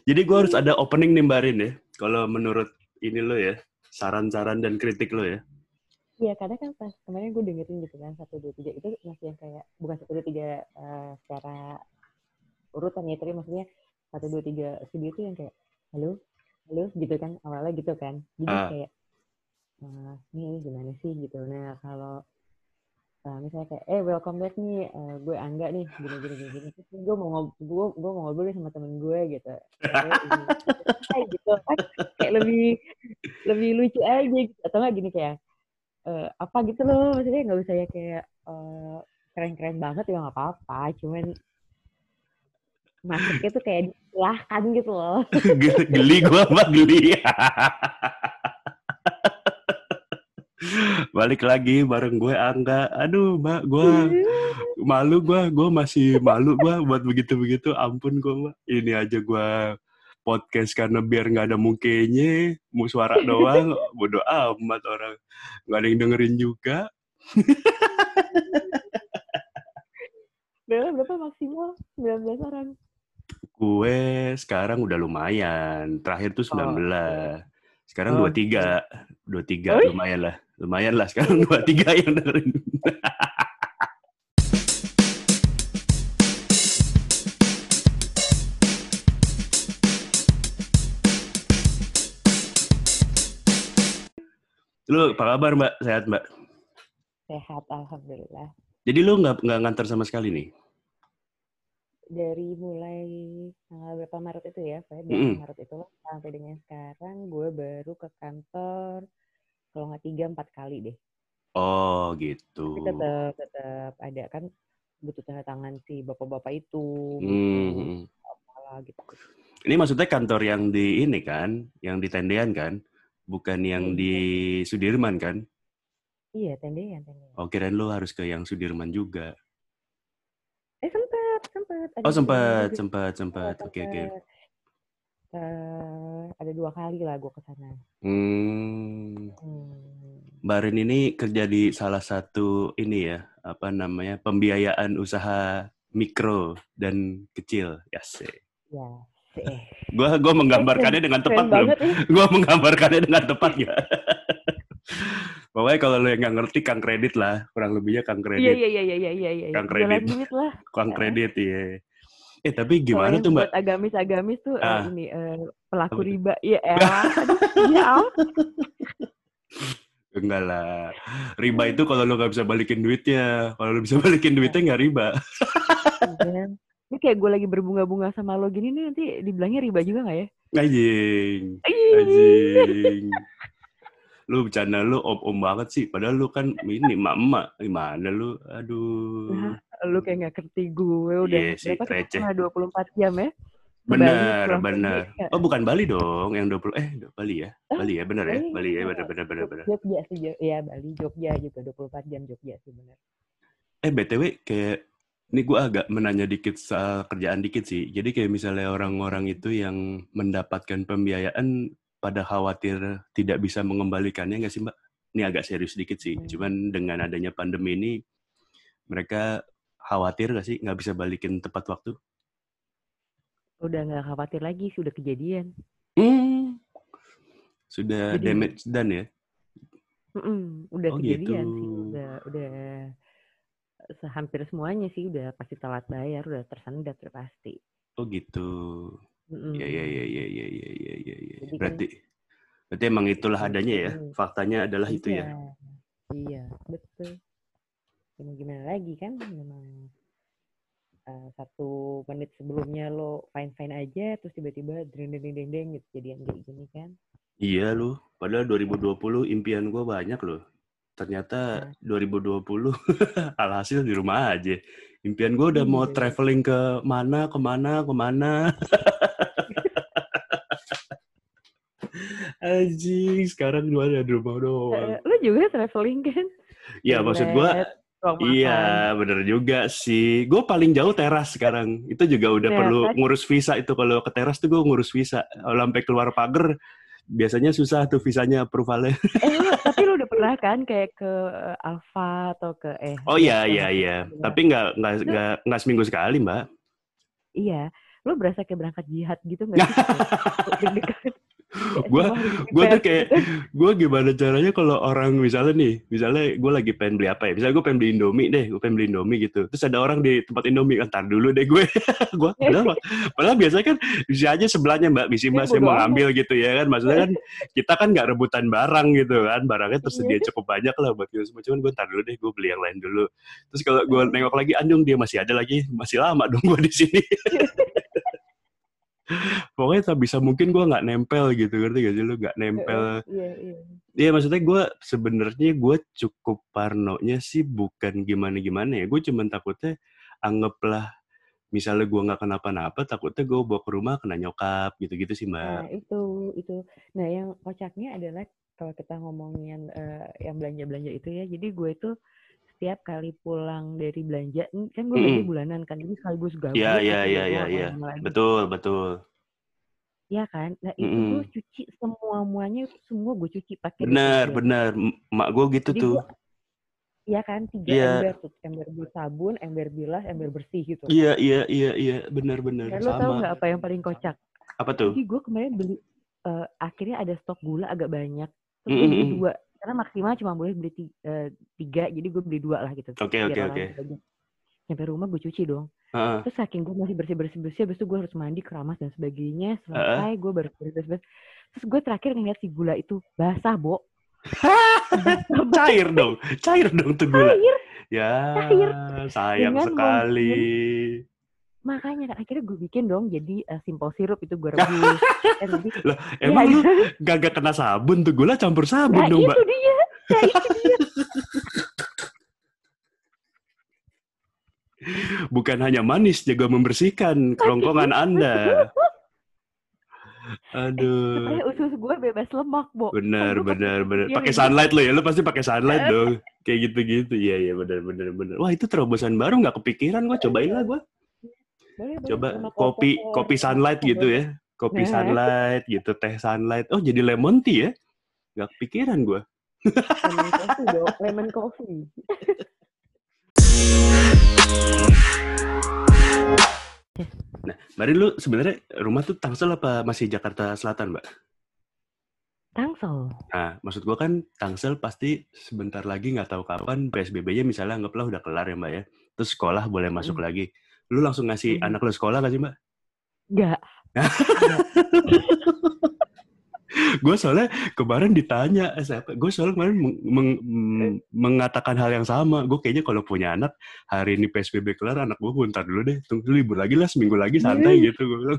Jadi gue harus ada opening nih Mbak Rin ya. Kalau menurut ini lo ya, saran-saran dan kritik lo ya. Iya, karena kan pas kemarin gue dengerin gitu kan 1, 2, 3 itu masih yang kayak bukan 1, 2, 3 secara urutan ya, tapi maksudnya 1, 2, 3 studio itu yang kayak halo, halo gitu kan awalnya gitu kan. Jadi Ah, kayak ini gimana sih gitu. Nah kalau misalnya kayak welcome back nih, gue Angga nih gini. Terus gue mau ngobrol nih sama temen gue gitu. Ini gitu kan kayak lebih lebih lucu aja gitu. Atau nggak gini kayak apa gitu loh, maksudnya nggak usah ya kayak keren-keren banget ya nggak apa-apa, cuman masuknya tuh kayak disilahkan gitu loh. geli gue Mbak, geli. Balik lagi bareng gue Angga. Aduh Mbak, gue malu gue masih malu gue buat begitu-begitu. Ampun gue Mbak. Ini aja gue podcast karena biar nggak ada mukanya, mau suara doang, bodo amat orang. Nggak ada yang dengerin juga. Berapa maksimal 19 orang? Gue sekarang udah lumayan. Terakhir tuh Oh, 19. Sekarang oh, 23. 23 oh, lumayan lah. Lumayan lah sekarang 23 yang dengerin. Lu apa kabar Mbak? Sehat Mbak? sehat alhamdulillah. Jadi lu nggak nganter sama sekali nih? Dari mulai tanggal berapa Maret itu ya, saya 8 Maret itu sampai dengan sekarang gue baru ke kantor kalau nggak 3, 4 kali deh. Oh gitu. Tapi tetap ada kan, butuh tanda tangan si bapak-bapak itu, butuh Hmm. apa gitu. Ini maksudnya kantor yang di ini kan, yang di Tendean kan, bukan yang di Iya, Sudirman kan? iya tendean. Oh kirain lu harus ke yang Sudirman juga. Sempet ada Oh di Sudirman sempat, juga. sempat, Oh, sempat. Oke, oke. sempet. Ada 2 kali lah gue kesana. Hmm. Hmm. Mbak Rin ini kerja di salah satu ini ya, apa namanya, pembiayaan usaha mikro dan kecil. Ya sih. Ya, sih. Gua Keren, menggambarkannya dengan tepat keren belum? banget ya. Gua menggambarkannya dengan tepat nggak? Pokoknya kalau lo yang nggak ngerti, Kang Kredit lah. Kurang lebihnya Kang Iya, Kredit. iya, iya, iya, iya, iya, iya. Kang Jualan Kredit. duit lah. Kang Kredit, iya. Tapi Kalau gimana yang tuh, Mbak? buat agamis-agamis tuh Ah, ini pelaku apa tuh? riba. Ya elah, aduh, ya Enggak lah. Riba itu kalau lo nggak bisa balikin duitnya. Kalau lo bisa balikin duitnya ampun. nggak riba. Iya. Ini kayak gue lagi berbunga-bunga sama lo gini nih, nanti dibilangnya riba juga nggak ya? Anjing. Ih. Anjing. Lu bercanda lu om-om banget sih. Padahal lu kan ini emak-emak. Gimana lu? Nah, Aduh. lu kayak nggak ngerti gue udah Iya sih, berapa kita receh. pernah 24 jam ya ke Bali Benar, pulang pergi. benar. Oh, bukan Bali dong yang 20. Bali ya? Ah, Bali ya, benar ya? Bali Bali ya, benar, benar, benar, benar. Jogja sih, ya Bali Jogja juga 24 jam Jogja sih benar. BTW kayak ini gue agak menanya dikit soal kerjaan dikit sih. Jadi kayak misalnya orang-orang itu yang mendapatkan pembiayaan pada khawatir tidak bisa mengembalikannya nggak sih Mbak? Ini agak serius dikit sih. Cuman dengan adanya pandemi ini mereka khawatir nggak sih nggak bisa balikin tepat waktu? Udah nggak khawatir lagi, sudah kejadian. Hmm, sudah Jadi damage done ya? udah Oh gitu. kejadian sih, udah hampir semuanya sih udah pasti telat bayar, udah tersendat udah pasti. Oh gitu. Ya, ya, ya, ya, ya, ya, ya, ya, ya. Jadi kan Berarti emang itulah adanya ya. ini, Faktanya adalah itu iya, ya. iya betul. Gimana lagi kan, memang 1 menit sebelumnya lo fine aja, terus tiba-tiba deng gitu jadian kayak gini kan. Iya loh. Padahal 2020 impian gue banyak loh. Ternyata Nah, 2020 alhasil di rumah aja. Impian gue udah mau iya. traveling ke mana, kemana. Anjing, sekarang gue ada di rumah doang. Lo juga traveling kan? Ya maksud gue, Toilet, ruang iya makan. bener juga sih. Gue paling jauh teras sekarang. Itu juga udah Nah, perlu kan? ngurus visa itu. Kalau ke teras tuh gue ngurus visa. Kalau sampai keluar pagar, biasanya susah tuh visanya approval-nya. Tapi lo udah pernah kan kayak ke Alfa atau ke Oh lihat iya, iya, hotel iya. gitu kan? Tapi Itu nggak seminggu sekali, Mbak. iya, lo berasa kayak berangkat jihad gitu nggak sih? Kayak deg-degan. Kayak gue semua harus gue tuh prepare kayak gitu. gue gimana caranya kalau orang misalnya gue lagi pengen beli apa ya, misalnya gue pengen beli Indomie deh, gue pengen beli Indomie gitu, terus ada orang di tempat Indomie, ntar dulu deh gue gue padahal biasanya kan bisa aja sebelahnya mbak, bisa Dia mbak saya bodo mau amat. ngambil gitu ya kan, maksudnya kan kita kan nggak rebutan barang gitu kan, barangnya tersedia Iya. cukup banyak lah buat kita semua, cuman gue ntar dulu deh, gue beli yang lain dulu, terus kalau gue nengok lagi, andung dia masih ada lagi, masih lama dong gue di sini. Pokoknya tak bisa mungkin gue nggak nempel gitu, ngerti gak sih lu, nggak nempel. Iya, iya. Iya maksudnya gue cukup parnonya sih bukan gimana-gimana ya, gue cuman takutnya anggaplah misalnya gue nggak kenapa-napa, takutnya gue bawa ke rumah kena nyokap gitu-gitu sih Nah, mbak. itu. Nah, yang kocaknya adalah kalau kita ngomongin yang belanja-belanja itu ya, jadi gue itu setiap kali pulang dari belanja, kan gue belanja Mm-mm. bulanan kan, jadi sekaligus Iya gabung iya gitu iya biar gue iya gak iya, kemana-mana lagi. betul betul. Iya kan? Nah, itu gue Mm-mm. cuci semua-muanya, itu semua gue cuci pakai Benar deterjen. benar, mak gue gitu Jadi tuh. gue, iya kan, 3 Iya ember tuh, ember buat sabun, ember bilas, ember bersih gitu. iya iya iya iya, benar benar Dan lo tau sama. nggak apa yang paling kocak? Apa tuh? Jadi gue kemarin beli, akhirnya ada stok gula agak banyak, terus gue beli Mm-mm. 2, karena maksimal cuma boleh beli 3, jadi gue beli 2 lah gitu, Oke biar oke orang oke. bagi. Sampai rumah gue cuci dong. Heeh, Terus saking gue masih bersih, habis itu gue harus mandi, keramas dan sebagainya. heeh. Selesai gue baru beres-beres. Terus gue terakhir ngeliat si gula itu basah, Bo. Basah banget, Cair dong tuh gula. cair, Ya, cair. sayang Dengan mungkin, sekali. makanya kan akhirnya gue bikin dong jadi simple sirup itu gue rebus. Nanti, Loh, ya, emang lu gak kena sabun tuh gula campur sabun nah dong, Mbak. itu dia. Nah itu dia. Bukan hanya manis, juga membersihkan kerongkongan Anda. Aduh, Supaya usus gue bebas lemak, Bo. Kan benar, gue pasti benar, benar. Pakai mikirin gitu. sunlight lo ya, lu pasti pakai sunlight dong. Kayak gitu-gitu. Iya, iya, benar, benar, benar. Wah, itu terobosan baru, nggak kepikiran. Gue cobain lah, gue. Boleh Coba sama kopi kompor, sama sunlight gitu sambal. ya. Kopi Nah, sunlight gitu, teh sunlight. Oh, jadi lemon tea ya? Nggak kepikiran gue. lemon coffee dong, lemon coffee. Nah, Mbak Rin, lu sebenarnya rumah tuh Tangsel apa masih Jakarta Selatan, Mbak? Tangsel. Nah, maksud gua kan Tangsel pasti sebentar lagi nggak tahu kapan PSBB-nya misalnya anggaplah udah kelar ya, Mbak ya. Terus sekolah boleh masuk lagi. Lu langsung ngasih anak lu sekolah nggak sih, Mbak? Enggak, enggak. Gue soalnya kemarin ditanya, gue soalnya kemarin mengatakan hal yang sama. Gue kayaknya kalau punya anak, hari ini PSBB kelar, anak gue ntar dulu deh. Tunggu libur lagi lah, seminggu lagi santai gitu. Gue bilang.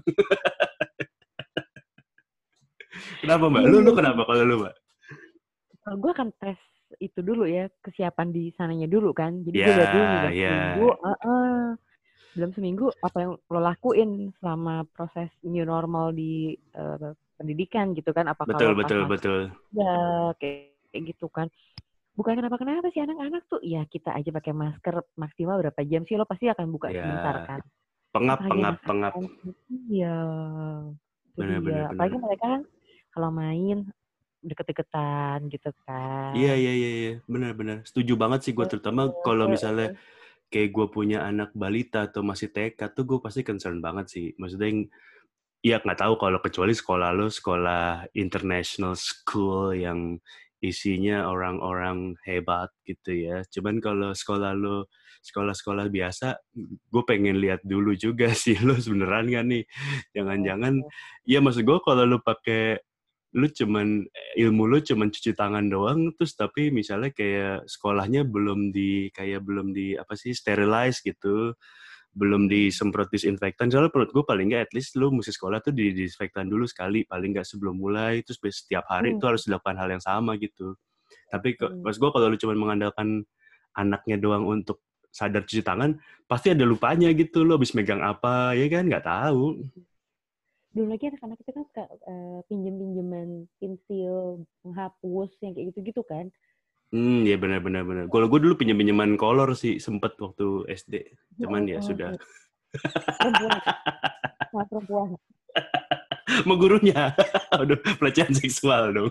Kenapa, Mbak? Iya, Lu iya. kenapa kalau lu, Mbak? Kalau gue akan tes itu dulu ya, kesiapan di sananya dulu kan. Jadi gue lihat dulu nih Ya, dalam seminggu, ya. dalam seminggu apa yang lo lakuin selama proses new normal di pendidikan gitu kan. Apakah Betul, lo pas betul, masuk betul. ya kayak gitu kan. Bukan kenapa-kenapa sih anak-anak tuh, ya kita aja pakai masker maksimal berapa jam sih, lo pasti akan buka sebentar Ya, kan. pengap, Apalagi pengap, pengap. anak-anak, iya, itu Benar, dia. benar, benar. Apalagi mereka kan kalau main deket-deketan gitu Iya, kan. iya, iya, iya. Benar, benar. Setuju banget sih gue, terutama kalau misalnya kayak gue punya anak balita atau masih TK tuh gue pasti concern banget sih. Maksudnya yang, ya nggak tahu kalau kecuali sekolah lo sekolah international school yang isinya orang-orang hebat gitu ya. Cuman kalau sekolah lo sekolah-sekolah biasa, gue pengen lihat dulu juga sih lo beneran nggak nih. Jangan-jangan, ya maksud gue kalau lo pakai lu cuman ilmu lu cuman cuci tangan doang terus tapi misalnya kayak sekolahnya belum di apa sih sterilize gitu, belum disemprot disinfektan. Soalnya menurut gue paling nggak at least lu mesti sekolah tuh didisinfektan dulu sekali paling nggak sebelum mulai, terus setiap hari itu harus dilakukan hal yang sama gitu. Tapi pas gue kalau lu cuma mengandalkan anaknya doang untuk sadar cuci tangan, pasti ada lupanya gitu, lo habis megang apa ya kan nggak tahu. Belum lagi anak-anak kita kan suka pinjem-pinjeman pensil, penghapus, yang kayak gitu-gitu kan. Ya benar-benar benar. Kalau gue dulu pinjam-pinjaman kolor sih sempet waktu SD. Cuman ya sudah. Perempuan, sama perempuan. Sama gurunya. Aduh, pelecehan seksual dong.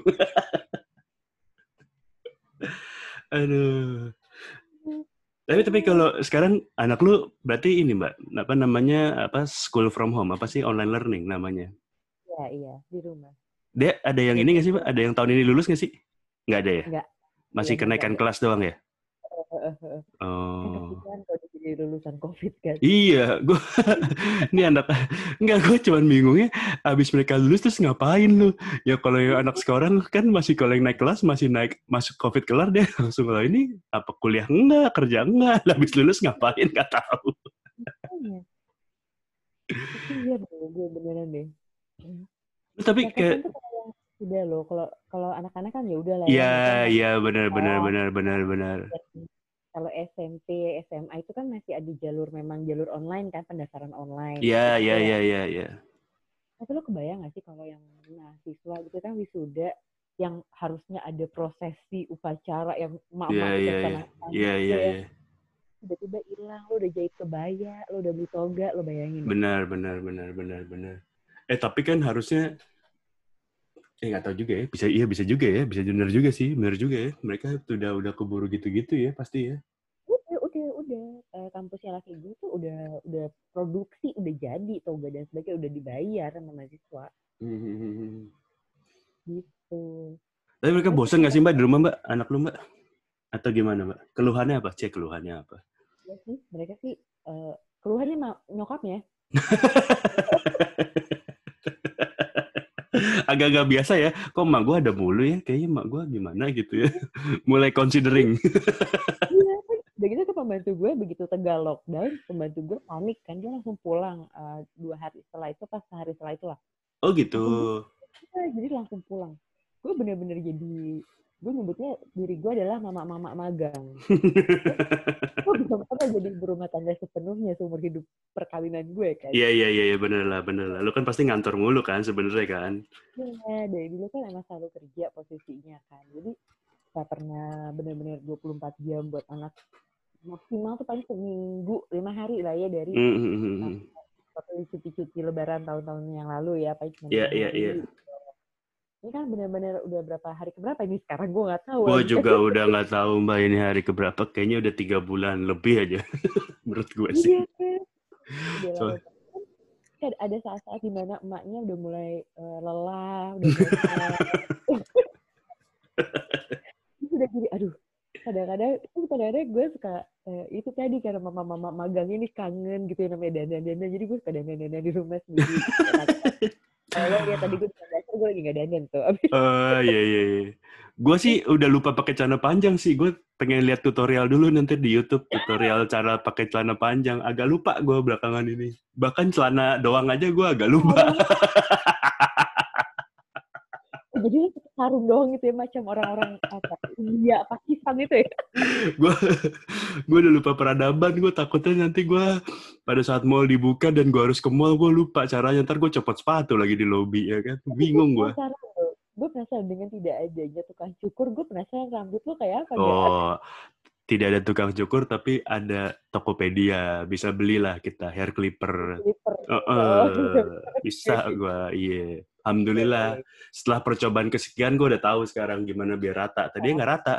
Aduh. Tapi kalau sekarang anak lu berarti ini Mbak, apa namanya, school from home, apa sih, online learning namanya. Iya, di rumah. Dia ada yang ini nggak sih, Pak? Ada yang tahun ini lulus nggak sih? Nggak ada ya? Enggak, Masih belum kenaikan ada. kelas doang ya? Kan Oh. kasihan kalau jadi lulusan COVID kan. Iya, gue ini anak enggak, gue cuman bingungnya abis mereka lulus terus ngapain lu? Ya kalau yang anak sekarang kan masih, kalau yang naik kelas masih naik, masuk COVID kelar dia langsung, kalau ini apa kuliah enggak, kerja enggak, habis lulus ngapain nggak tahu. Makanya, kasihan gue beneran deh. Tapi Yang kayak kasihan tuh kalau yang udah loh, kalau anak-anak kan ya udah lah ya, ya mereka masih ya benar benar sekolah. benar benar benar. Kalau SMP, SMA itu kan masih ada jalur, memang jalur online kan, pendaftaran online Ya gitu ya juga ya. ya ya ya. Tapi lo kebayang gak sih kalau yang mahasiswa gitu kan wisuda, yang harusnya ada prosesi upacara yang Ya emak-emak ya ikut ya. tanah Ya juga ya ya, ya. tiba-tiba hilang. Lo udah jahit kebaya, lo udah beli toga, lo bayangin deh. Benar benar benar benar benar. Tapi kan harusnya nggak tahu juga ya, bisa juga ya, bisa benar juga sih, benar juga ya, mereka udah keburu gitu-gitu ya pasti ya. Udah. Kampusnya laki gue tuh udah produksi, udah jadi toga dan sebagainya, udah dibayar sama mahasiswa gitu. Tapi mereka Terus bosan nggak sih Mbak di rumah Mbak, anak lu Mbak, atau gimana Mbak? Keluhannya apa? Keluhannya apa? ya sih, mereka sih keluhannya nyokapnya. Agak-agak biasa ya, kok emak gue ada mulu ya, kayaknya emak gue gimana gitu ya. Mulai considering. Iya kan, udah gitu tuh pembantu gue begitu Tegal lockdown, pembantu gue panik kan, dia langsung pulang 2 hari setelah itu, pas sehari setelah itu lah, Oh gitu. langsung pulang. Jadi langsung pulang. Gue bener-bener jadi, gue nyebutnya diri gue adalah mama-mama magang. Gue belum pernah jadi berumah tangga sepenuhnya seumur hidup perkawinan gue kan. Iya, bener lah. Lu kan pasti ngantor mulu kan sebenarnya kan. Iya, dari dulu kan emang selalu kerja posisinya kan. Jadi gak pernah bener-bener 24 jam buat anak. Maksimal tuh paling seminggu, 5 hari lah ya, dari waktu cuti-cuti lebaran tahun-tahun yang lalu ya, paling cuma 5 hari. Iya. Ini kan bener-bener udah berapa hari keberapa ini sekarang, gue gak tahu Gue lagi kan. juga udah nggak tahu Mbak ini hari keberapa, kayaknya udah 3 bulan lebih aja. Menurut gue sih. Iya kan, udah So, lama. Kan ada saat-saat dimana emaknya udah mulai lelah, udah mulai stres. Udah jadi, aduh, kadang-kadang gue suka itu tadi, karena mama-mama magang ini kangen gitu ya, namanya dandan-dandan, jadi gue suka dandan-dandan di rumah sendiri. Kalau ya tadi gue gue lagi gak dandan tuh. iya. Gue sih udah lupa pakai celana panjang sih. Gue pengen lihat tutorial dulu nanti di YouTube, tutorial cara pakai celana panjang. Agak lupa gue belakangan ini. Bahkan celana doang aja gue agak lupa. Jadi lo sarung doang gitu ya, macam orang-orang apa, India, Pakistan itu ya. gue udah lupa peradaban. Gue takutnya nanti gue pada saat mall dibuka dan gue harus ke mall, gue lupa caranya. Ntar gue copot sepatu lagi di lobi ya kan. Bingung gue. Gue penasaran dengan tidak adanya tukang cukur. Gue penasaran rambut lo kayak apa, gak? Oh, tidak ada tukang cukur tapi ada Tokopedia. Bisa belilah kita hair clipper. Bisa gue, iya. Alhamdulillah. Setelah percobaan kesekian gue udah tahu sekarang gimana biar rata. Tadinya nggak rata.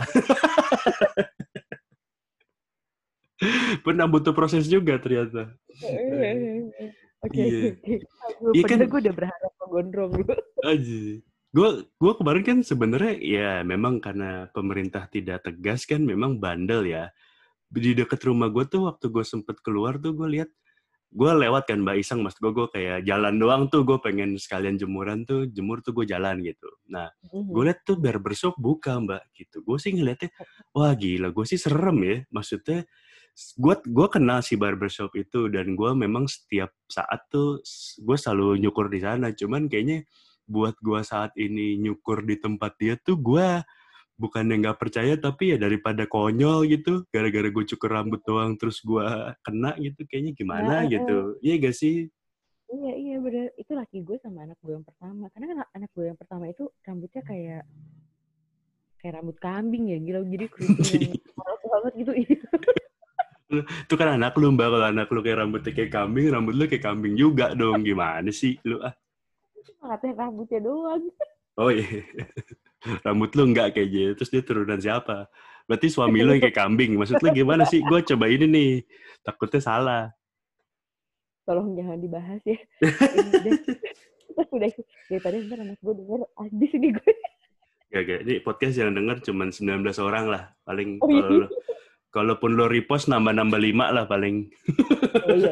Pernah butuh proses juga ternyata. Oke. Iya kan? Gue udah berharap menggondrong lu. Aji. Gue kemarin kan sebenarnya ya memang karena pemerintah tidak tegas kan, memang bandel ya. Di deket rumah gue tuh waktu gue sempet keluar tuh gue lihat, gue lewat kan Mbak Iseng, mas gue kayak jalan doang tuh, gue pengen sekalian jemur tuh gue jalan gitu. Nah, gue lihat tuh barbershop buka Mbak gitu. Gue sih ngeliatnya, wah gila, gue sih serem ya. Maksudnya, gue kenal si barbershop itu dan gue memang setiap saat tuh gue selalu nyukur di sana. Cuman kayaknya buat gue saat ini nyukur di tempat dia tuh gue bukannya nggak percaya, tapi ya daripada konyol gitu, gara-gara gue cukur rambut doang terus gue kena gitu, kayaknya gimana gitu. Iya gak sih? Iya bener. Itu laki gue sama anak gue yang pertama. Karena kan anak gue yang pertama itu rambutnya kayak rambut kambing ya, gila. Jadi keriting yang polos banget gitu. Itu kan anak lu Mbak, kalau anak lu kayak rambutnya kayak kambing, rambut lu kayak kambing juga dong. Gimana sih lu ah? Ngatain rambutnya doang. Oh iya. Rambut lu enggak kayak gitu, terus dia turunan siapa? Berarti suami lu yang kayak kambing. Maksud lu gimana sih? Gue coba ini nih, takutnya salah. tolong jangan dibahas ya. Ini deh. Terus udah daripada ntar anak gue denger habis ini gue. Gak. Ini podcast yang denger cuma 19 orang lah. Paling Oh, iya. kalaupun lo repost nambah 5 lah paling. Oh, iya.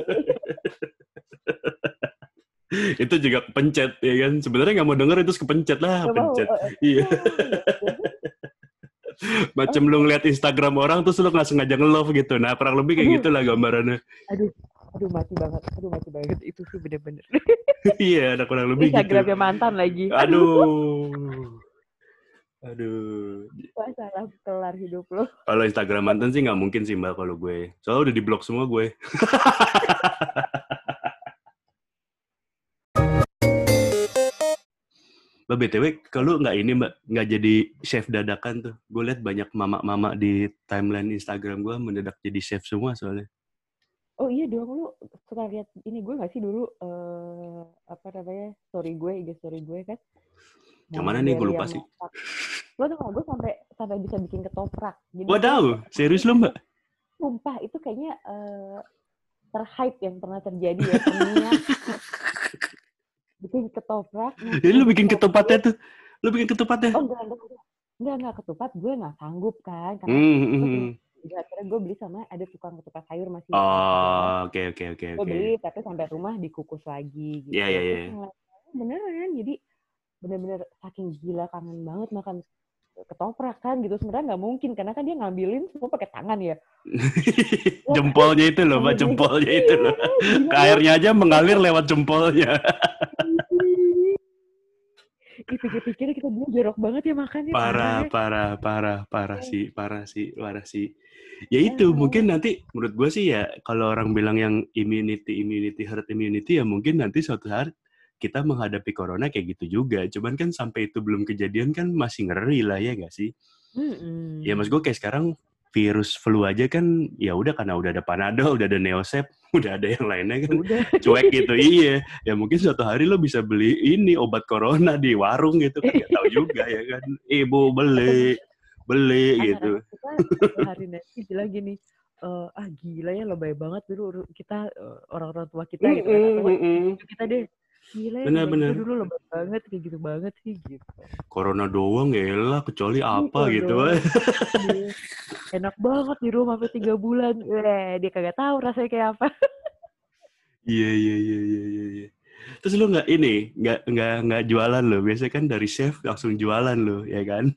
Itu juga kepencet ya kan. Sebenarnya nggak mau denger itu kepencet lah, pencet. Iya. Macam lu ngeliat Instagram orang terus lu nggak sengaja nge-love gitu. Nah, kurang lebih kayak gitulah gambarannya. Aduh mati banget itu sih bener-bener. Iya, ada kurang lebih Instagramnya gitu. mantan lagi. Aduh. Wah, salah kelar hidup lo. Kalau Instagram mantan sih nggak mungkin sih Mbak kalau gue. Soalnya udah di-block semua gue. Mbak BTW, kalau nggak ini Mbak, nggak jadi chef dadakan tuh. Gue lihat banyak mama-mama di timeline Instagram gue mendadak jadi chef semua soalnya. Oh iya dong, lu suka lihat ini gue nggak sih dulu story gue kan? Yang mana nih gue lupa sih. Lo tau gak, gue sampai bisa bikin ketoprak. Jadi Waduh, serius lo Mbak? Sumpah itu kayaknya terhype yang pernah terjadi ya semuanya. Bikin ketoprak. Jadi lu bikin ketupatnya tuh? Lu bikin ketupatnya? Oh enggak ketupat, gue nggak sanggup kan karena akhirnya gue beli sama ada tukang ketupat sayur masih. Oh, oke. Gue beli tapi sampai rumah dikukus lagi gitu. Iya. Beneran jadi bener-bener saking gila kangen banget makan ketoprak kan gitu. Sebenarnya nggak mungkin karena kan dia ngambilin semua pakai tangan ya. Jempolnya itu loh, Mbak, jempolnya itu loh. Airnya aja mengalir lewat jempolnya. Pikir-pikir kita dulu jorok banget ya makannya. Parah sih. Ya itu mungkin nanti menurut gue sih ya kalau orang bilang yang herd immunity ya mungkin nanti suatu hari kita menghadapi corona kayak gitu juga. Cuman kan sampai itu belum kejadian kan masih ngeri lah ya nggak sih? Ya maksud gue kayak sekarang virus flu aja kan ya udah karena udah ada Panadol, udah ada Neosep, udah ada yang lainnya kan cuek gitu. Iya, ya mungkin suatu hari lo bisa beli ini obat corona di warung gitu kan nggak tahu juga ya kan. Ibu beli gitu. Kita hari nanti bilang gini, gila ya lebay banget dulu kita orang-orang tua kita gitu kan. Kita deh gila ya bener. dulu lebay banget kayak gitu banget sih gitu. Corona doang ya lah kecuali apa gitu. Enak banget di rumah sampai 3 bulan. Dia kagak tahu rasanya kayak apa. Iya. Terus lu nggak jualan lo? Biasanya kan dari chef langsung jualan lo, ya kan?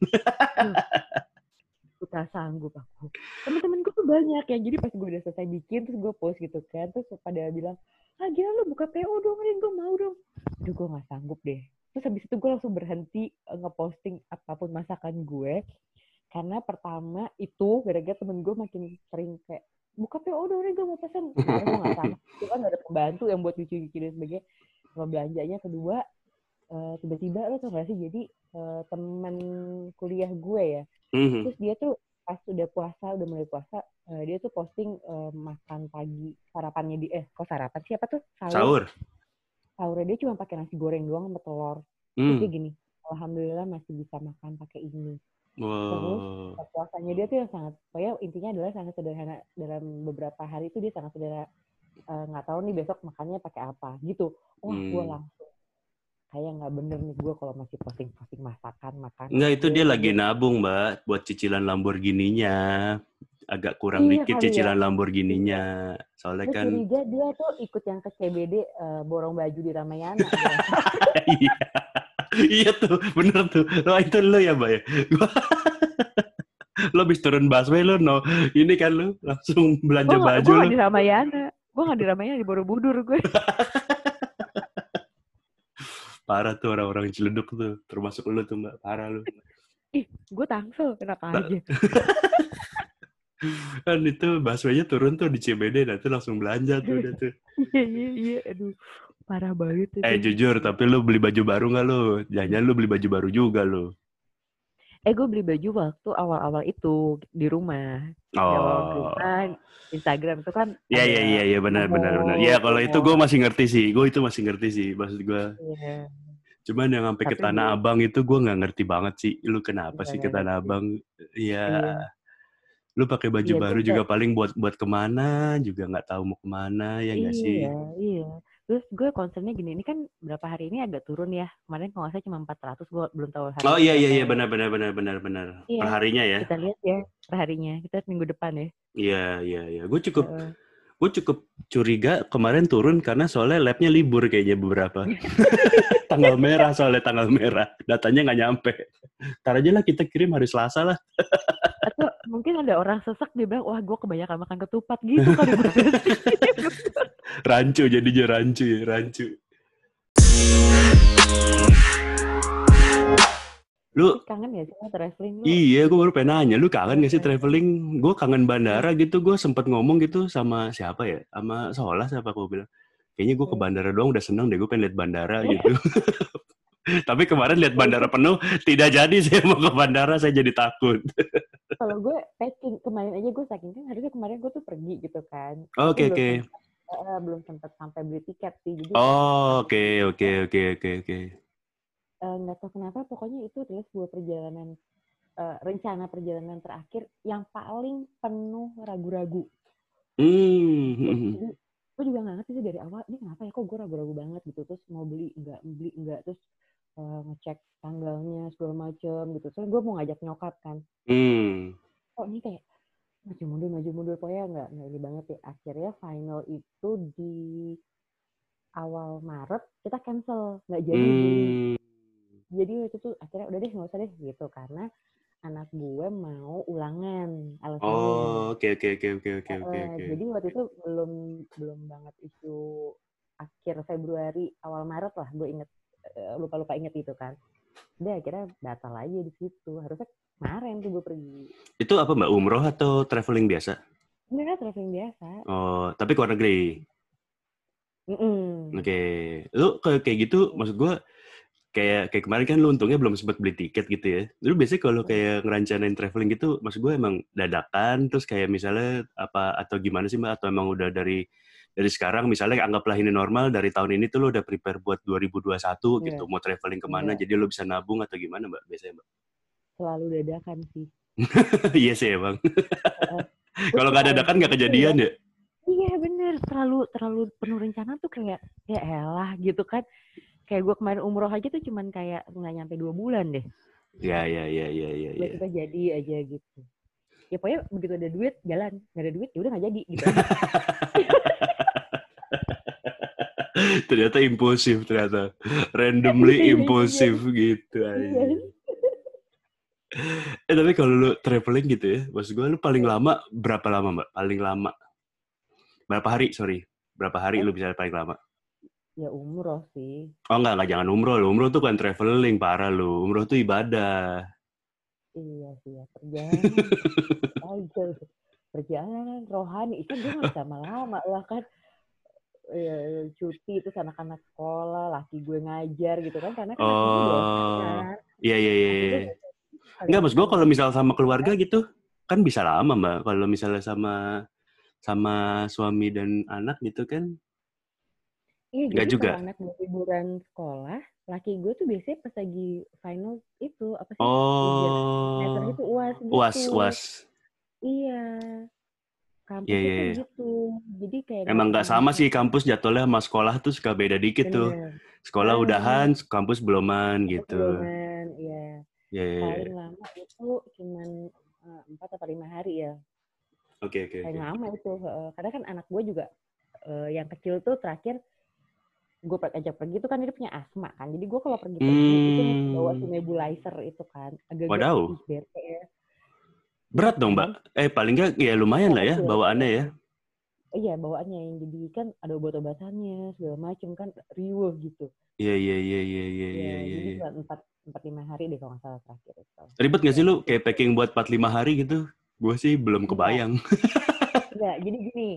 Tak sanggup aku. Temen-temen gue tuh banyak ya. Jadi pas gue udah selesai bikin terus gue post gitu kan. Terus pada bilang, gila lu buka PO dong, Rin, gue mau dong. Aduh gue gak sanggup deh. Terus habis itu gue langsung berhenti ngeposting apapun masakan gue. Karena pertama itu gara-gara temen gue makin sering kayak buka PO dong, Rin, gue mau pesen. Karena gue gak sama. Itu kan gak ada pembantu yang buat cuci-cuci dan sebagainya. Sama belanjanya. Kedua, tiba-tiba lo tau gak sih, jadi temen kuliah gue ya. Terus dia tuh pas udah mulai puasa, dia tuh posting makan pagi sarapannya kok sarapan siapa tuh sahurnya dia cuma pakai nasi goreng doang sama telur. Terus dia gini, alhamdulillah masih bisa makan pakai ini. Terus puasanya dia tuh yang sangat, pokoknya intinya adalah sangat sederhana. Dalam beberapa hari itu dia sangat sederhana, nggak tahu nih besok makannya pakai apa gitu. Gue langsung kayak nggak bener nih gue kalau masih posting makan. Enggak, itu dia lagi nabung, Mbak, buat cicilan Lamborghini-nya. Agak kurang dikit cicilan ya. Lamborghini-nya. Soalnya kan curiga dia tuh ikut yang ke CBD borong baju di Ramayana. Iya tuh, bener tuh. Itu lo ya, Mbak ya? Lo habis turun busway lo ini kan lo langsung belanja baju lo. Gue nggak di Ramayana, di Borobudur gue. Parah tuh orang-orang Ciledug tuh, termasuk lu tuh Mbak, parah lu. Gue Tangsel, enak aja. Kan itu busway-nya turun tuh di CBD, tuh langsung belanja tuh udah tuh. Iya, aduh, parah banget itu. Jujur, tapi lu beli baju baru nggak lu? Jangan lu beli baju baru juga lu. Gue beli baju waktu awal-awal itu di rumah. Rumah, Instagram itu kan. Iya, benar. Ya kalau itu gue masih ngerti sih, maksud gue. Iya. Cuman yang sampai ke Tanah Abang itu gue nggak ngerti banget sih. Lu kenapa sih ke Tanah Abang? Iya. Lu pakai baju Iya, gue baru juga. juga paling buat kemana juga nggak tahu mau kemana ya nggak Iya, sih? iya. Terus gue concernnya gini, ini kan berapa hari ini agak turun ya. Kemarin kalau nggak salah cuma 400, gue belum tahu hari Oh ini iya iya berapa iya ya. benar. Iya, Perharinya ya. kita lihat ya perharinya. Kita lihat minggu depan ya. Iya. Heeh. Gue cukup curiga kemarin turun karena soalnya labnya libur kayaknya beberapa. Tanggal merah soalnya tanggal merah. Datanya nggak nyampe. Ntar aja lah kita kirim hari Selasa lah. Atau mungkin ada orang sesak dia bilang, wah gue kebanyakan makan ketupat gitu kali berarti. Rancu jadinya rancu ya, rancu. Lu Tapi kangen ya sih traveling lu? iya, gue baru pengen nanya, lu kangen gak sih Traveling. traveling? Gue kangen Iya. bandara gitu, gue sempet ngomong gitu sama siapa ya? Sama Solas siapa gue bilang. Kayaknya gue ke Iya. bandara doang udah seneng deh, gue pengen lihat bandara gitu. Tapi kemarin lihat Kalau bandara gue, penuh, tidak jadi saya mau ke bandara, saya jadi takut. kalau gue packing kemarin aja gue saking kan harusnya kemarin gue tuh pergi gitu kan. Tapi Oke, belum oke. sempat sampai beli tiket sih. Jadi Oh, pas oke. nggak tahu kenapa pokoknya itu adalah sebuah perjalanan rencana perjalanan terakhir yang paling penuh ragu-ragu. Hmm. Jadi gue juga nggak ngerti sih dari awal ini kenapa ya kok gue ragu-ragu banget gitu, terus mau beli enggak, terus ngecek tanggalnya segala macem gitu, terus gue mau ngajak nyokap kan, Hmm. kok ini kayak maju mundur pokoknya nggak ini banget ya. Akhirnya final itu di awal Maret kita cancel, nggak jadi beli. Hmm. Jadi waktu itu akhirnya udah deh nggak usah deh gitu, karena anak gue mau ulangan alasannya. Oh, oke. Jadi waktu itu belum belum banget isu akhir Februari awal Maret lah, gue inget lupa inget itu kan. Udah akhirnya batal aja di situ. Harusnya kemarin tuh gue pergi. Itu apa Mbak, umroh atau traveling biasa? Beneran traveling biasa. Oh, tapi ke luar negeri. Mm-mm. Oke, lu kayak gitu, maksud gue kayak kemarin kan lu untungnya belum sempat beli tiket gitu ya. Lu biasanya kalau kayak ngerencanain traveling gitu, maksud gue emang dadakan, terus kayak misalnya apa atau gimana sih Mbak? Atau emang udah dari sekarang, misalnya anggaplah ini normal, dari tahun ini tuh lu udah prepare buat 2021 gitu, Enggak, mau traveling kemana, enggak. jadi lu bisa nabung atau gimana Mbak biasanya Mbak? Selalu dadakan sih. Iya sih emang. Gue Kalau tuh nggak paling dadakan nggak takut tuh ya. kejadian ya? Iya bener, terlalu penuh rencana tuh kayak ya elah gitu kan. Kayak gue kemarin umroh aja tuh cuman kayak nggak nyampe 2 bulan deh. Iya. Tiba-tiba jadi aja gitu. Ya pokoknya begitu ada duit jalan, nggak ada duit ya udah nggak jadi gitu. Ternyata impulsif ternyata. Randomly impulsif gitu Iya. aja. Tapi kalau lu traveling gitu ya, maksud gue lu paling lama berapa lama Mbak? Paling lama berapa hari? Sorry, berapa hari Oh lu bisa paling lama? ya umroh sih. Oh enggak jangan umroh lu. Umroh tuh kan traveling parah lu. Umroh tuh ibadah. Iya sih ya, perjalanan aja. Perjalanan rohani, itu gue nggak bisa lama-lama lah kan. Cuti terus anak-anak sekolah, laki gue ngajar gitu kan, karena kan laki gue dosen Oh, kan. iya. Akhirnya Enggak, maksud gue paling kalau misal sama keluarga lama. gitu, kan bisa lama Mbak. Kalau misalnya sama suami dan anak gitu kan, Iya, enggak jadi juga. kalau anak gue liburan sekolah, laki gue tuh biasanya pas lagi final itu apa sih, ujian semester Oh, gitu, UAS gitu. uas. Iya, kampusnya tuh Iya. gitu. Jadi kayak Emang dapat nggak sama semester sih kampus jadwalnya sama sekolah tuh suka beda dikit tuh. bener. Sekolah Bener. udahan, kampus beloman Kampus gitu. sebelumnya, ya paling Iya. lama itu cuman 4 atau 5 hari ya. Paling Oke. lama itu. Karena kan anak gue juga yang kecil tuh terakhir gue ajak pergi itu kan dia punya asma kan. Jadi gue kalau pergi-pergi itu mesti bawa si nebulizer itu kan. Agak-agak Waduh. bete ya. Berat dong, Mbak. Cuman Paling nggak ya lumayan lah ya kecil. bawaannya ya. Iya bawaannya yang jadi kan ada obat-obatannya segala macem kan riuh gitu. Iya. Ya jadi cuma 4-5 hari deh kalau nggak salah terakhir itu. Ribet nggak Ya sih lu gitu. kayak packing buat 4-5 hari gitu? Gue sih belum Enggak, kebayang. enggak. Jadi gini,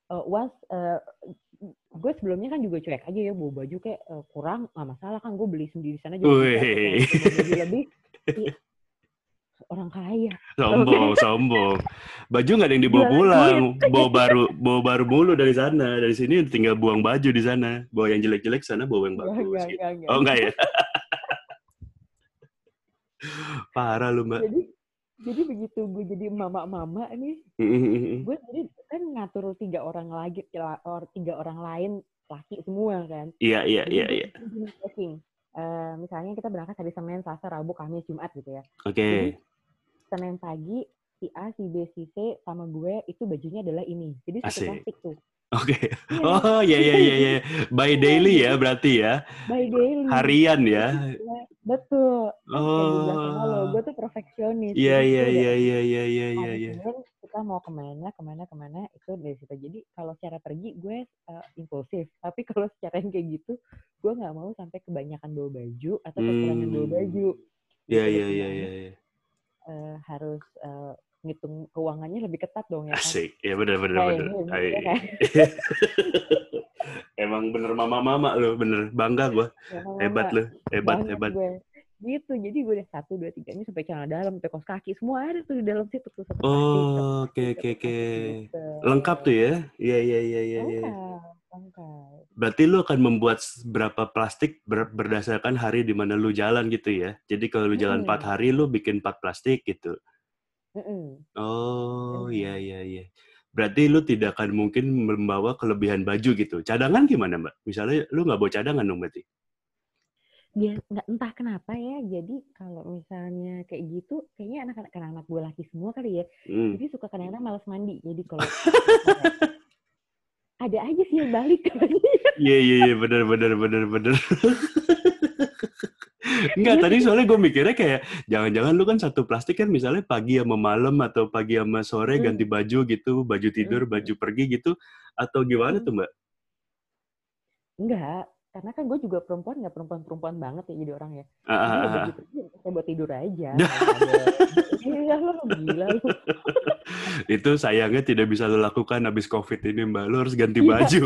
gue sebelumnya kan juga cuek aja ya bawa baju kayak kurang nggak masalah kan gue beli sendiri sana juga bisa kok kalau Wih, mau bawa baju lebih. Orang kaya. sombong. Baju nggak ada yang dibawa Jualan pulang, duit. bawa baru mulu dari sana. Dari sini tinggal buang baju di sana. Bawa yang jelek-jelek sana, bawa yang bagus gitu. Enggak. Oh enggak ya? Parah lu, Mbak. Jadi Jadi begitu gue jadi mama-mama nih, gue jadi kan ngatur 3 orang lain laki semua kan. Iya, iya, Jadi iya, gue iya. bikin tracking. Misalnya kita berangkat hari Senin, Selasa, Rabu, Kamis, Jumat gitu ya. Oke. Jadi Senin pagi si A, si B, si C sama gue itu bajunya adalah ini. Jadi satu Asik. plastik tuh. Oke. Iya. Oh, iya, iya, iya, iya. By Iya, daily ya jadi berarti ya. by daily. Harian ya. Jadi betul. Kan kayak gue bilang sama lo, Oh. gue tuh perfeksionis. Iya, Jadi iya, gue udah iya, iya, iya, iya, iya, hari iya. Senin kita mau kemana itu dari situ. Jadi kalau secara pergi gue impulsif. Tapi kalau secara yang kayak gitu, gue nggak mau sampai kebanyakan bawa baju atau kekurangan bawa baju. Iya, Gitu iya, loh, iya, iya. harus ngitung keuangannya lebih ketat dong ya kan. Asik. Ya benar, benar, Hey, benar. ya kan? Emang bener mama-mama lo, bener. Bangga gue. Hebat lo. Hebat, Banget hebat. gue. Gitu, jadi gue udah 1, 2, 3 ini sampai celana dalam, sampai kaos kaki, semua ada tuh di dalam situ tuh satu plastik, Oh, oke, oke, oke. gitu. Lengkap tuh ya? Iya, iya, iya, iya. Lengkap. Berarti lu akan membuat berapa plastik berdasarkan hari di mana lu jalan gitu ya? Jadi kalau lu jalan 4 hari, lu bikin 4 plastik gitu? Oh, iya, iya, iya. Berarti lu tidak akan mungkin membawa kelebihan baju gitu. Cadangan gimana, Mbak? Misalnya lu nggak bawa cadangan dong berarti? Dia nggak, entah kenapa ya, jadi kalau misalnya kayak gitu, kayaknya anak-anak gue laki semua kali ya, jadi suka kadang-kadang malas mandi. Jadi kalau ada aja sih yang balik. Iya, iya, iya, bener. Enggak, tadi soalnya gue mikirnya kayak, jangan-jangan lu kan satu plastik kan misalnya pagi sama malam atau pagi sama sore ganti baju gitu, baju tidur, baju pergi gitu, atau gimana tuh Mbak? Enggak, karena kan gue juga perempuan, nggak perempuan banget ya jadi orang ya. Jadi ya baju pergi saya buat tidur aja. Iya lo gila lu. Itu sayangnya tidak bisa lo lakukan habis COVID ini Mbak. Lo harus ganti baju.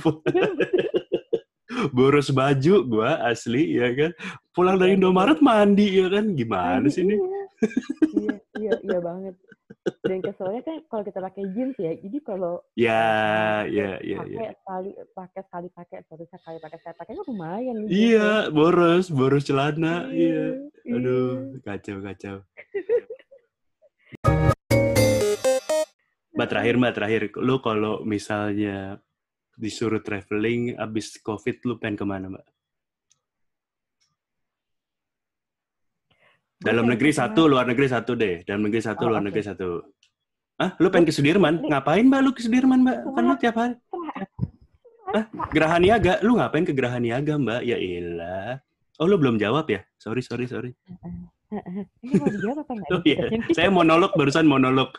Boros baju gue asli ya kan. Pulang dari Indomaret mandi ya kan. Gimana sih ini? Iya banget. Dan keselnya kan kalau kita pakai jeans ya, jadi kalau sekali pakai kan lumayan. Iya, boros celana. Iya. Aduh, kacau. Mbak terakhir, lu kalau misalnya disuruh traveling abis COVID, lu pengen kemana, Mbak? Dalam negeri satu, luar negeri satu deh. Dalam negeri satu, luar negeri satu. Hah? Lu pengen ke Sudirman? Ngapain, Mbak? Lu ke Sudirman, Mbak? Kan lu tiap hari. Hah? Geraha Niaga? Lu ngapain ke Geraha Niaga, Mbak? Ya ilah. Oh, lu belum jawab ya? Sorry. Ini mau dijawab apa enggak? Oh, iya. Saya barusan monolog.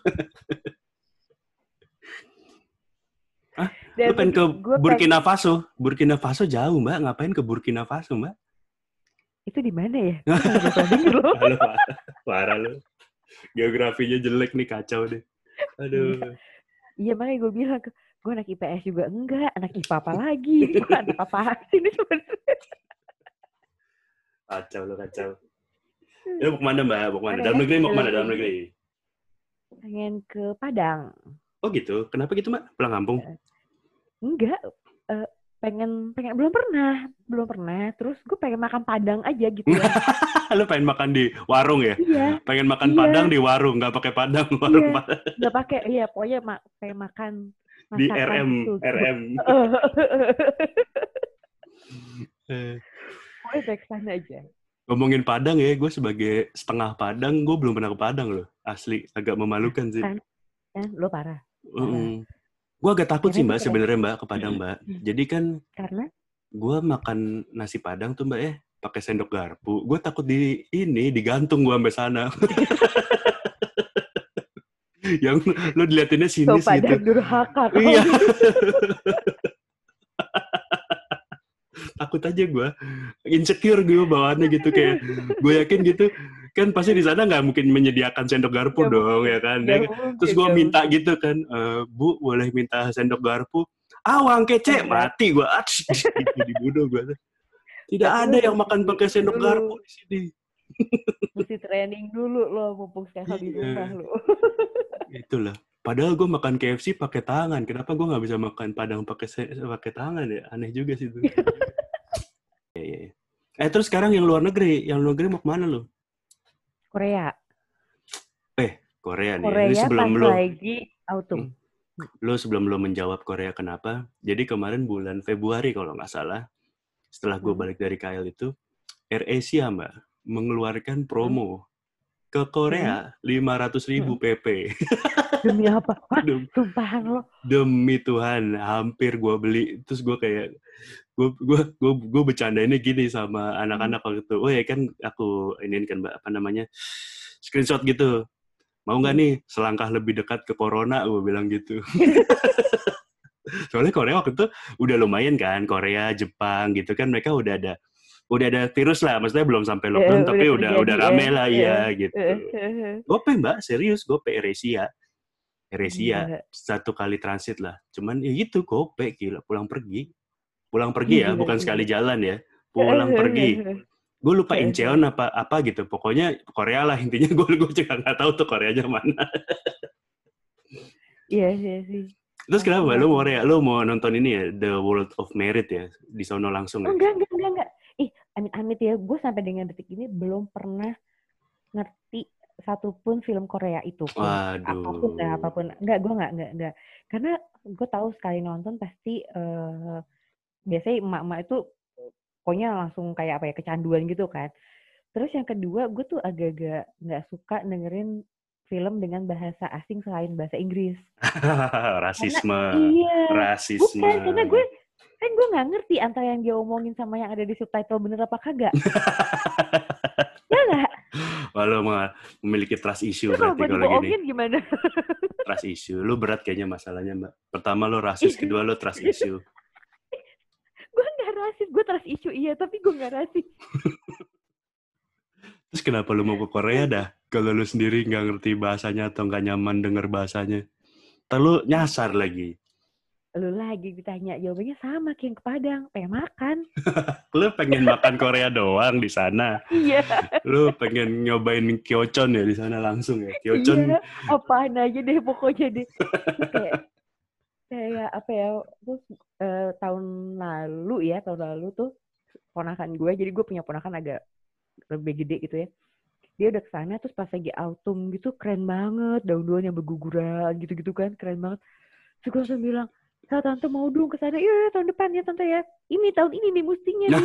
Hah? Lu pengen ke Burkina Faso? Burkina Faso jauh, Mbak. Ngapain ke Burkina Faso, Mbak? Itu di mana ya? Halo, parah lu. Geografinya jelek nih, kacau deh. Aduh. Iya, makanya gue bilang, gue anak IPS juga enggak, anak IPA apa lagi? Gue anak apa sih ini sebenarnya? Kacau. Lu mau kemana, Mbak? Mau kemana? Dalam negeri mau kemana? Dalam negeri? Pengen ke Padang. Oh gitu? Kenapa gitu, Mbak? Pulang kampung? Enggak, pengen belum pernah. Terus gue pengen makan Padang aja gitu ya. Lu pengen makan di warung ya? Iya. Pengen makan Padang di warung, nggak pakai Padang warung. Iya. Nggak pakai, iya. Pokoknya pengen makan di RM. Pokoknya back sana aja. Ngomongin Padang ya, gue sebagai setengah Padang, gue belum pernah ke Padang loh. Asli, agak memalukan sih. Lo parah. Gue agak takut sih Mbak sebenarnya Mbak ke Padang Mbak. Jadi kan karena gue makan nasi Padang tuh Mbak pakai sendok garpu. Gue takut digantung gue sampai sana. Yang lo diliatinnya sinis so, gitu. Padang durhaka. Iya. Takut aja gue, insecure gue bawaannya gitu, kayak gue yakin gitu kan pasti di sana nggak mungkin menyediakan sendok garpu dong ya kan. Terus gue minta gitu kan, Bu boleh minta sendok garpu, uang kece, mati gue, dibunuh gue. Tidak ada yang makan pakai sendok garpu di sini. Mesti training dulu lo, mumpung sekarang di rumah lo. Itulah. Padahal gue makan KFC pakai tangan. Kenapa gue nggak bisa makan Padang pakai tangan ya? Aneh juga sih itu. Terus sekarang yang luar negeri mau kemana lo? Korea. Korea nih ya. Ini Korea sebelum pas lo, lagi autumn. sebelum lo menjawab Korea kenapa? Jadi kemarin bulan Februari kalau nggak salah, setelah gue Hmm. balik dari KL itu, AirAsia Mbak mengeluarkan Hmm. promo ke Hmm. Korea 500.000 Hmm. PP. Demi apa? Hah? Dem- Sumpahan lo. Demi Tuhan, hampir gue beli. Terus gue kayak gue bercandainnya gini sama Hmm. anak-anak waktu itu. Oh ya kan aku ini kan Mbak apa namanya screenshot gitu. Mau nggak Hmm. nih selangkah lebih dekat ke corona? Gue bilang gitu. Soalnya Korea waktu itu udah lumayan kan, Korea, Jepang gitu kan mereka udah ada virus lah, maksudnya belum sampai lockdown Udah tapi udah terjadi rame lah eh, ya gitu. Gope Mbak, serius gope Eresia Gila. satu kali transit lah. Cuman ya gitu gope gila pulang pergi ya, Gila, bukan sekali gila. jalan ya, pulang pergi. Gue lupa Incheon apa gitu, pokoknya Korea lah intinya. Gue juga nggak tahu tuh Koreanya mana. Iya sih. Terus kenapa Mbak? Parah. Lu mau nonton ini ya, The World of Merit ya, di sono langsung Oh, ya? enggak. Ih, amit-amit ya, gue sampai dengan detik ini belum pernah ngerti satupun film Korea itu pun. Waduh. Apapun. Enggak, gue enggak. Karena gue tahu sekali nonton pasti biasanya emak-emak itu pokoknya langsung kayak apa ya, kecanduan gitu kan. Terus yang kedua, gue tuh agak-agak nggak suka dengerin film dengan bahasa asing selain bahasa Inggris. Karena Rasisme. iya, Rasisme. bukan karena gue nggak ngerti antara yang dia omongin sama yang ada di subtitle bener apa kagak. Ya nggak? Walau memiliki trust issue Terus kalau berarti gue kalau gini. dibohongin gimana? Trust issue. Lu berat kayaknya masalahnya, Mbak. Pertama lu rasis, kedua lu trust issue. Gue nggak rasis, gue trust issue iya, tapi gue nggak rasis. Terus kenapa lu mau ke Korea dah? Kalau lu sendiri nggak ngerti bahasanya atau nggak nyaman denger bahasanya. Terus nyasar lagi. Lu lagi ditanya, jawabannya sama kayak yang ke Padang, pengen makan. Lu pengen makan Korea doang di sana. Iya. Lu pengen nyobain kyochon ya di sana langsung ya. Kyochon. Iya, apaan aja deh pokoknya deh. Terus kayak apa ya, terus tahun lalu tuh ponakan gue, jadi gue punya ponakan agak lebih gede gitu ya. Dia udah kesana, terus pas lagi autumn gitu, keren banget, daun-daun yang berguguran gitu-gitu kan, keren banget. Terus gue langsung bilang, tante mau dong kesana, iya tahun depan ya tante ya. Ini tahun ini nih mustinya nih.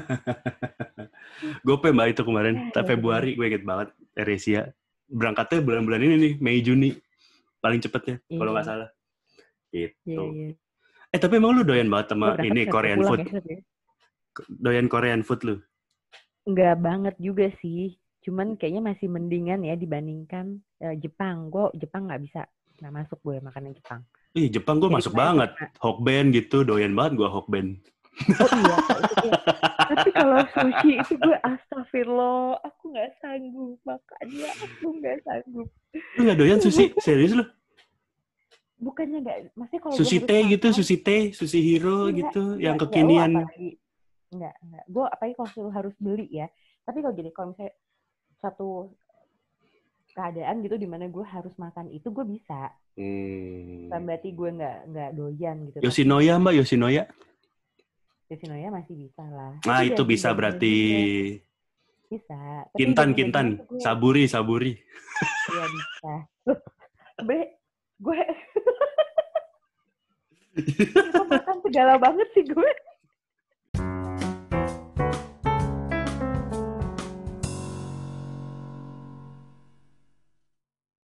Gope Mbak itu kemarin, Februari gue inget banget, AirAsia. Berangkatnya bulan-bulan ini nih, Mei Juni. Paling cepetnya, kalau nggak salah. Gitu. Iya. Tapi emang lu doyan banget sama Berangkat ini sampai Korean pulang food? ya. Doyan Korean food lu? Enggak banget juga sih. Cuman kayaknya masih mendingan ya dibandingkan Jepang. Gue Jepang nggak bisa. Nggak masuk gue makanan Jepang. Ih, Jepang gue masuk banget. Hokben gitu, doyan banget gue Hokben. Oh iya, iya. Tapi kalau sushi itu gue astagfirullah, aku nggak sanggup makannya, aku nggak sanggup. Lu nggak doyan sushi? Serius lu? Bukannya nggak, maksudnya kalau Sushi gue harus teh makan, gitu, sushi teh, sushi hero gitu, yang kekinian. Apalagi enggak. Gue apalagi kalau harus beli ya. Tapi kalau gini, kalau misalnya satu keadaan gitu di mana gue harus makan itu, gue bisa. Berarti gue nggak doyan gitu. Yoshinoya Mbak, Yoshinoya? Yoshinoya masih bisa lah. Nah itu bisa berarti. Bisa. Tapi Kintan. Saburi. Iya bisa. Gue makan segala banget sih gue.